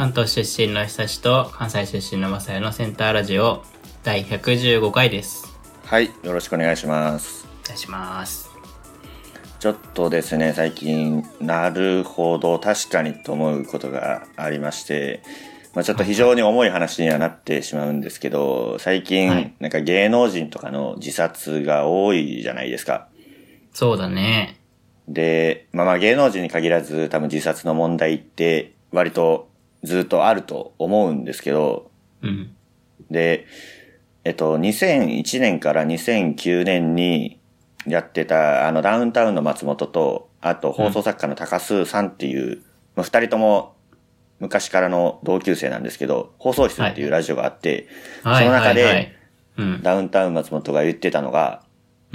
関東出身の久しと関西出身の正也のセンターラジオ第115回です。 はい、よろしくお願いします。 お願いします。 ちょっとですね、最近なるほど確かにと思うことがありまして、ちょっと非常に重い話にはなってしまうんですけど、最近なんか芸能人とかの自殺が多いじゃないですか。 そうだね。 で、芸能人に限らず多分自殺の問題って割とずっとあると思うんですけど、で、2001年から2009年にやってたダウンタウンの松本と、あと放送作家の高須さんっていう、二人とも昔からの同級生なんですけど、放送室っていうラジオがあって、その中で、ダウンタウン松本が言ってたのが、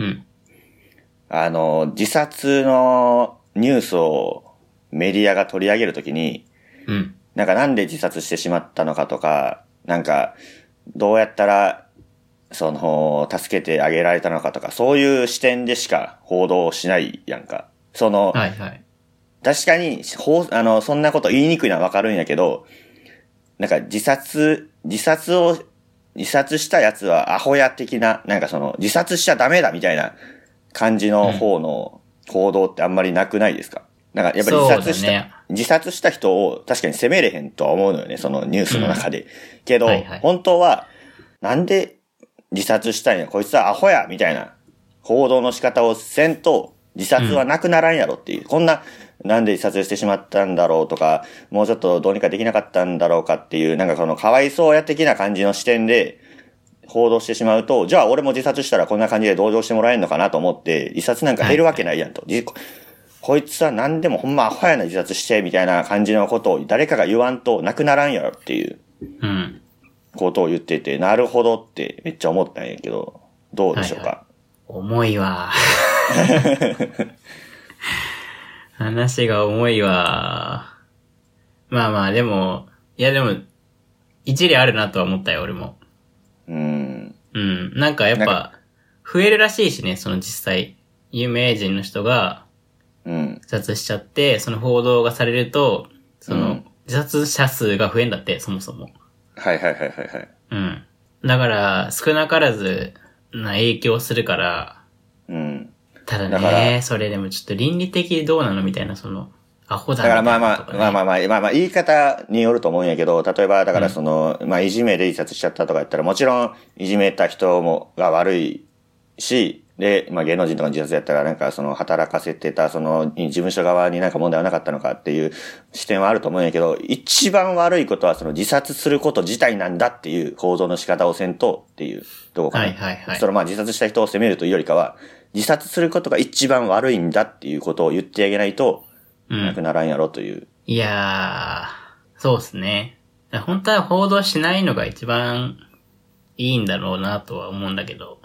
自殺のニュースをメディアが取り上げるときに、なんで自殺してしまったのかとか、どうやったら、助けてあげられたのかとか、そういう視点でしか報道しないやんか。確かに、そんなこと言いにくいのはわかるんやけど、自殺したやつはアホや的な、自殺しちゃダメだみたいな感じの方の報道ってあんまりなくないですか？やっぱり自殺した人を確かに責めれへんとは思うのよね、そのニュースの中で。けど、本当は、なんで自殺したんや、こいつはアホや、みたいな報道の仕方をせんと、自殺はなくならんやろっていう、なんで自殺してしまったんだろうとか、もうちょっとどうにかできなかったんだろうかっていう、かわいそうや的な感じの視点で報道してしまうと、じゃあ俺も自殺したらこんな感じで同情してもらえるのかなと思って、自殺なんか減るわけないやんと。こいつは何でもほんまアホやな自殺してみたいな感じのことを誰かが言わんとなくならんやろっていうことを言ってて、なるほどってめっちゃ思ったんやけど、どうでしょうか？ 重いわ。話が重いわ。でも、一理あるなとは思ったよ、俺も。やっぱ、増えるらしいしね、その実際、有名人の人が、自殺しちゃって、その報道がされると、自殺者数が増えんだって、そもそも。だから、少なからずな影響するから、ただね、それでもちょっと倫理的どうなのみたいな、アホだみたいな、ね。 言い方によると思うんやけど、例えば、いじめで自殺しちゃったとか言ったら、もちろん、いじめた人が悪いし、で、芸能人とか自殺やったら、働かせてた、事務所側に問題はなかったのかっていう視点はあると思うんやけど、一番悪いことは、自殺すること自体なんだっていう報道の仕方をせんとっていうとこかな。自殺した人を責めるというよりかは、自殺することが一番悪いんだっていうことを言ってあげないと、なくならんやろという。 いやー、そうですね。本当は報道しないのが一番いいんだろうなとは思うんだけど。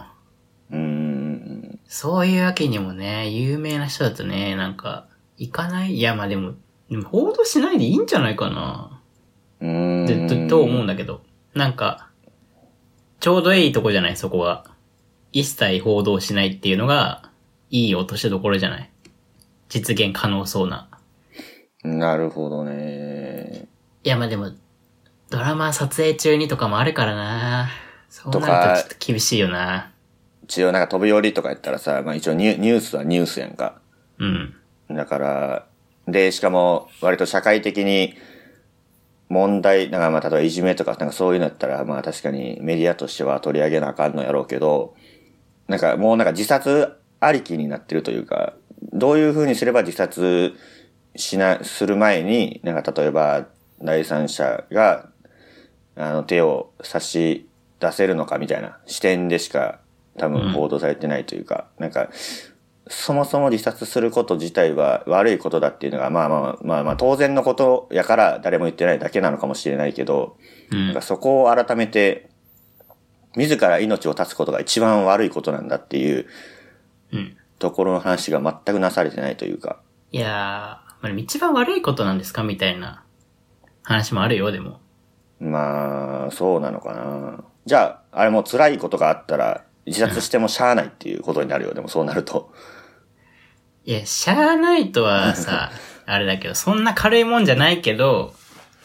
そういうわけにもね、有名な人だとね、行かない？いや、でも報道しないでいいんじゃないかな。と思うんだけど。ちょうどいいとこじゃない、そこは。一切報道しないっていうのが、いい落としどころじゃない。実現可能そうな。 なるほどね。 いや、でも、ドラマ撮影中にとかもあるからな。そうなるとちょっと厳しいよな。 一応飛び降りとかやったらさ、一応ニュースはニュースやんか。だから、で、しかも割と社会的に問題、例えばいじめとかそういうのやったら、確かにメディアとしては取り上げなあかんのやろうけど、もう自殺ありきになってるというか、どういう風にすれば自殺する前に、例えば第三者が、手を差し出せるのかみたいな視点でしか多分報道されてないというか、そもそも自殺すること自体は悪いことだっていうのが、当然のことやから誰も言ってないだけなのかもしれないけど、そこを改めて、自ら命を絶つことが一番悪いことなんだっていう、ところの話が全くなされてないというか。 いやー、一番悪いことなんですかみたいな話もあるよ、でも。 そうなのかな。じゃあ、あれも辛いことがあったら、自殺してもしゃあないっていうことになるよ、でもそうなると。 いや、しゃあないとはさ、あれだけど、そんな軽いもんじゃないけど、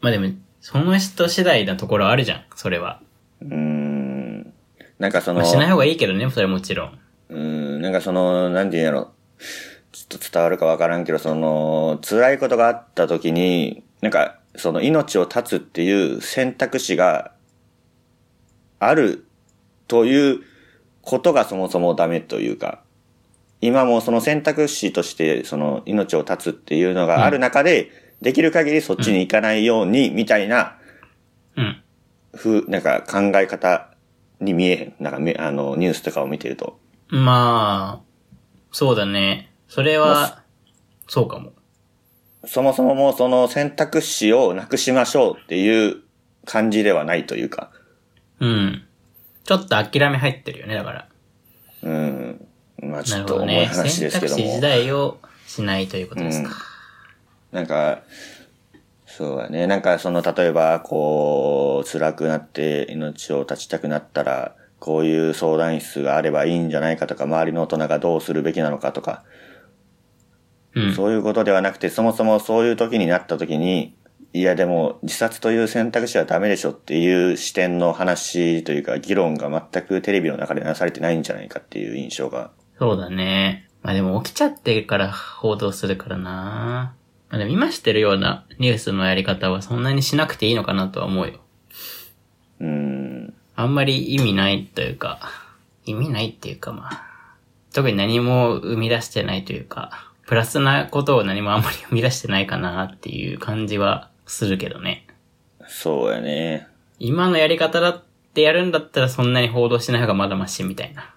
まあでも、その人次第なところあるじゃん、それは。 なんかその、 まあ、しない方がいいけどね、それはもちろん。なんかその、なんて言うんやろ。ちょっと伝わるかわからんけど、その、辛いことがあった時に、なんか、その命を絶つっていう選択肢があるということがそもそもダメというか、今もその選択肢としてその命を絶つっていうのがある中で、できる限りそっちに行かないようにみたいな、なんか考え方に見えへん。なんかニュースとかを見てると。 まあ、そうだね。それは、そうかも。 そもそももうその選択肢をなくしましょうっていう感じではないというか。 うん。ちょっと諦め入ってるよね、だから。 まあちょっと重い話ですけども。 選択肢自体をしないということですか。 なんか、そうだね。なんかその例えば、こう、辛くなって命を絶ちたくなったら、こういう相談室があればいいんじゃないかとか、周りの大人がどうするべきなのかとか、そういうことではなくて、そもそもそういう時になった時に、いやでも自殺という選択肢はダメでしょっていう視点の話というか議論が全くテレビの中でなされてないんじゃないかっていう印象が。 そうだね。まあでも起きちゃってから報道するからな。まあでも今してるようなニュースのやり方はそんなにしなくていいのかなとは思うよ。あんまり意味ないというか、意味ないっていうかまあ、特に何も生み出してないというか、プラスなことを何もあんまり生み出してないかなっていう感じはするけどね。 そうやね。 今のやり方だってやるんだったらそんなに報道しない方がまだマシみたいな。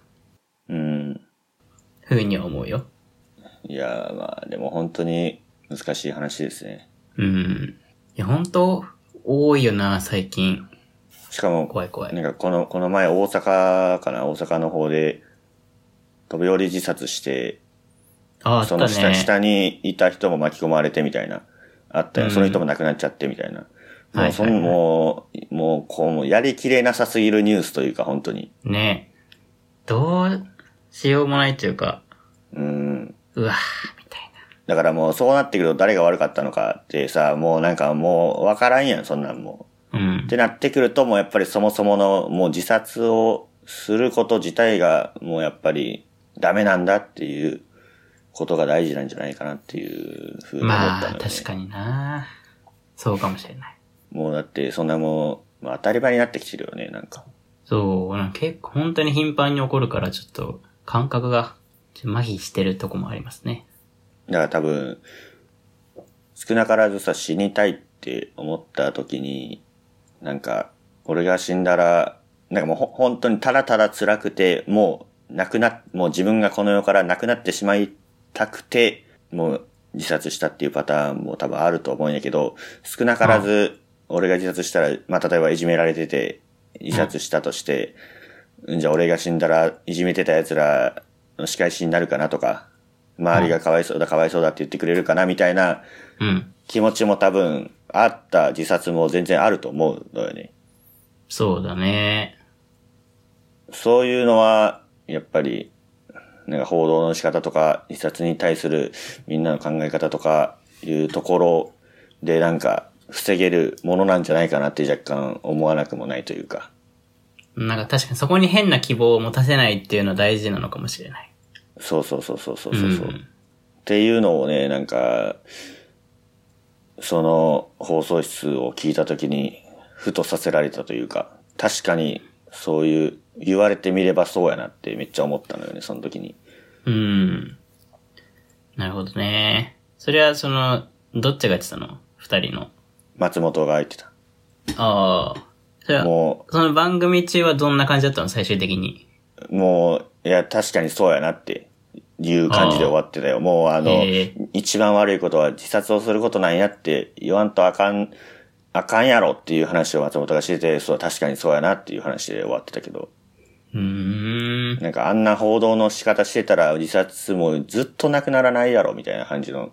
ふうには思うよ。 いやまあでも本当に難しい話ですね。 いや本当多いよな最近。 しかも、 怖い怖い。 なんかこの前大阪の方で飛び降り自殺して、 あったね。 その下にいた人も巻き込まれてみたいな。あったよ。その人も亡くなっちゃってみたいな。もうやりきれなさすぎるニュースというか、本当に。 ねえ。どうしようもないというか。うわぁ、みたいな。 だからもうそうなってくると誰が悪かったのかってさ、もうなんかもうわからんやん、そんなんもう。ってなってくるともうやっぱりそもそものもう自殺をすること自体がもうやっぱりダメなんだっていうことが大事なんじゃないかなっていうふうに思ったのよね。 まあ、確かにな。そうかもしれない。 もうだってそんなもう、当たり前になってきてるよね、なんか。 そう、結構本当に頻繁に起こるからちょっと感覚が麻痺してるとこもありますね。 だから多分、少なからずさ、死にたいって思った時に、なんか、俺が死んだら、なんかもう本当にただただ辛くて、もう自分がこの世から亡くなってしまいたくて、もう自殺したっていうパターンも多分あると思うんやけど、少なからず、俺が自殺したら、例えばいじめられてて、自殺したとして、じゃあ俺が死んだら、いじめてた奴らの仕返しになるかなとか、周りがかわいそうだって言ってくれるかなみたいな気持ちも多分あった自殺も全然あると思うのよね。 そうだね。 そういうのは、やっぱり、なんか報道の仕方とか、自殺に対するみんなの考え方とかいうところでなんか防げるものなんじゃないかなって若干思わなくもないというか。 なんか確かにそこに変な希望を持たせないっていうのは大事なのかもしれない。 そう。っていうのをね、なんか、その放送室を聞いたときに、ふとさせられたというか、確かにそういう言われてみればそうやなってめっちゃ思ったのよね、その時に。 なるほどね。それはどっちが言ってたの？二人の。 松本が言ってた。 ああ。それは、もう、その番組中はどんな感じだったの？最終的に。 もう、いや、確かにそうやなっていう感じで終わってたよ。もう一番悪いことは自殺をすることなんやって言わんとあかんやろっていう話を松本がしてて、そう確かにそうやなっていう話で終わってたけど。なんかあんな報道の仕方してたら自殺もずっとなくならないやろみたいな感じの。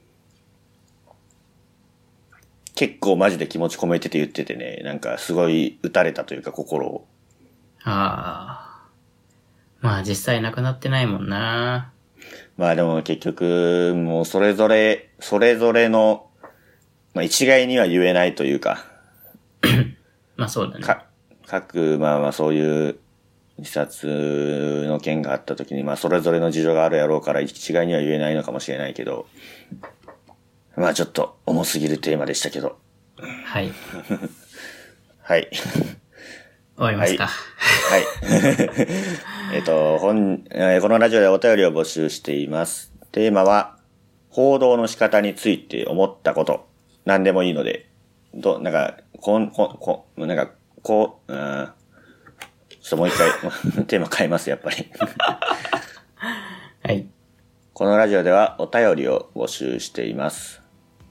結構マジで気持ち込めてて言っててね、なんかすごい打たれたというか心を。 ああ。まあ実際なくなってないもんな。 まあでも結局、もうそれぞれのまあ一概には言えないというか。 まあそうだね。 各、まあまあそういう自殺の件があった時に、まあそれぞれの事情があるやろうから一概には言えないのかもしれないけど、まあちょっと重すぎるテーマでしたけど。 はい。 はい。 終わりますか。 はい。このラジオではお便りを募集しています。テーマは、報道の仕方について思ったこと。何でもいいので、なんか、ちょっともう一回、テーマ変えます、やっぱり。 はい。 このラジオではお便りを募集しています。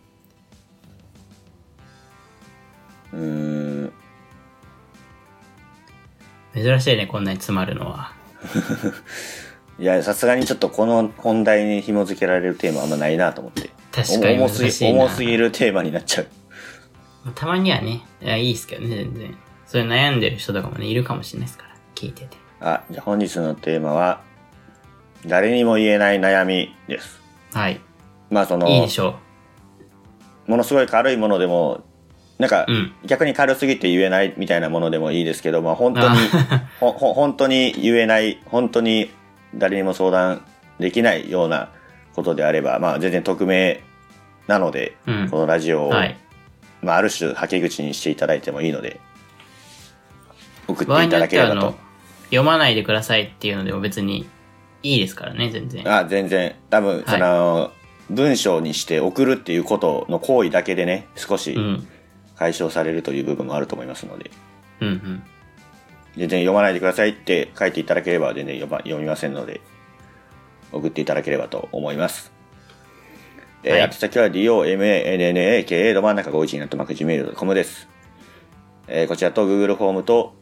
珍しいね、こんなに詰まるのは。 いや、さすがにちょっとこの本題に紐付けられるテーマあんまないなと思って。 確かに難しいな。 重すぎるテーマになっちゃう。 たまにはね、いいですけどね、全然。それ悩んでる人とかもね、いるかもしれないですから、聞いてて。 じゃあ本日のテーマは、誰にも言えない悩みです。 はい。 まあいいでしょう。ものすごい軽いものでも、なんか、逆に軽すぎて言えないみたいなものでもいいですけど、まあ本当に、本当に言えない、本当に誰にも相談できないようなことであれば、まあ全然匿名なので、このラジオを、まあある種はけ口にしていただいてもいいので、送っていただければと。 読まないでくださいっていうのでも別にいいですからね、全然。 全然。多分、文章にして送るっていうことの行為だけでね、少し解消されるという部分もあると思いますので。全然読まないでくださいって書いていただければ全然読みませんので、送っていただければと思います。宛先は DOMANNAKA ど真ん中512@gmail.com です。こちらと Google フォームと、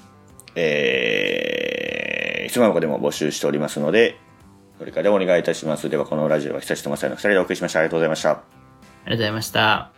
質問箱でも募集しておりますので、どれかでお願いいたします。ではこのラジオは久しとまさやの2人でお送りしました。ありがとうございました。 ありがとうございました。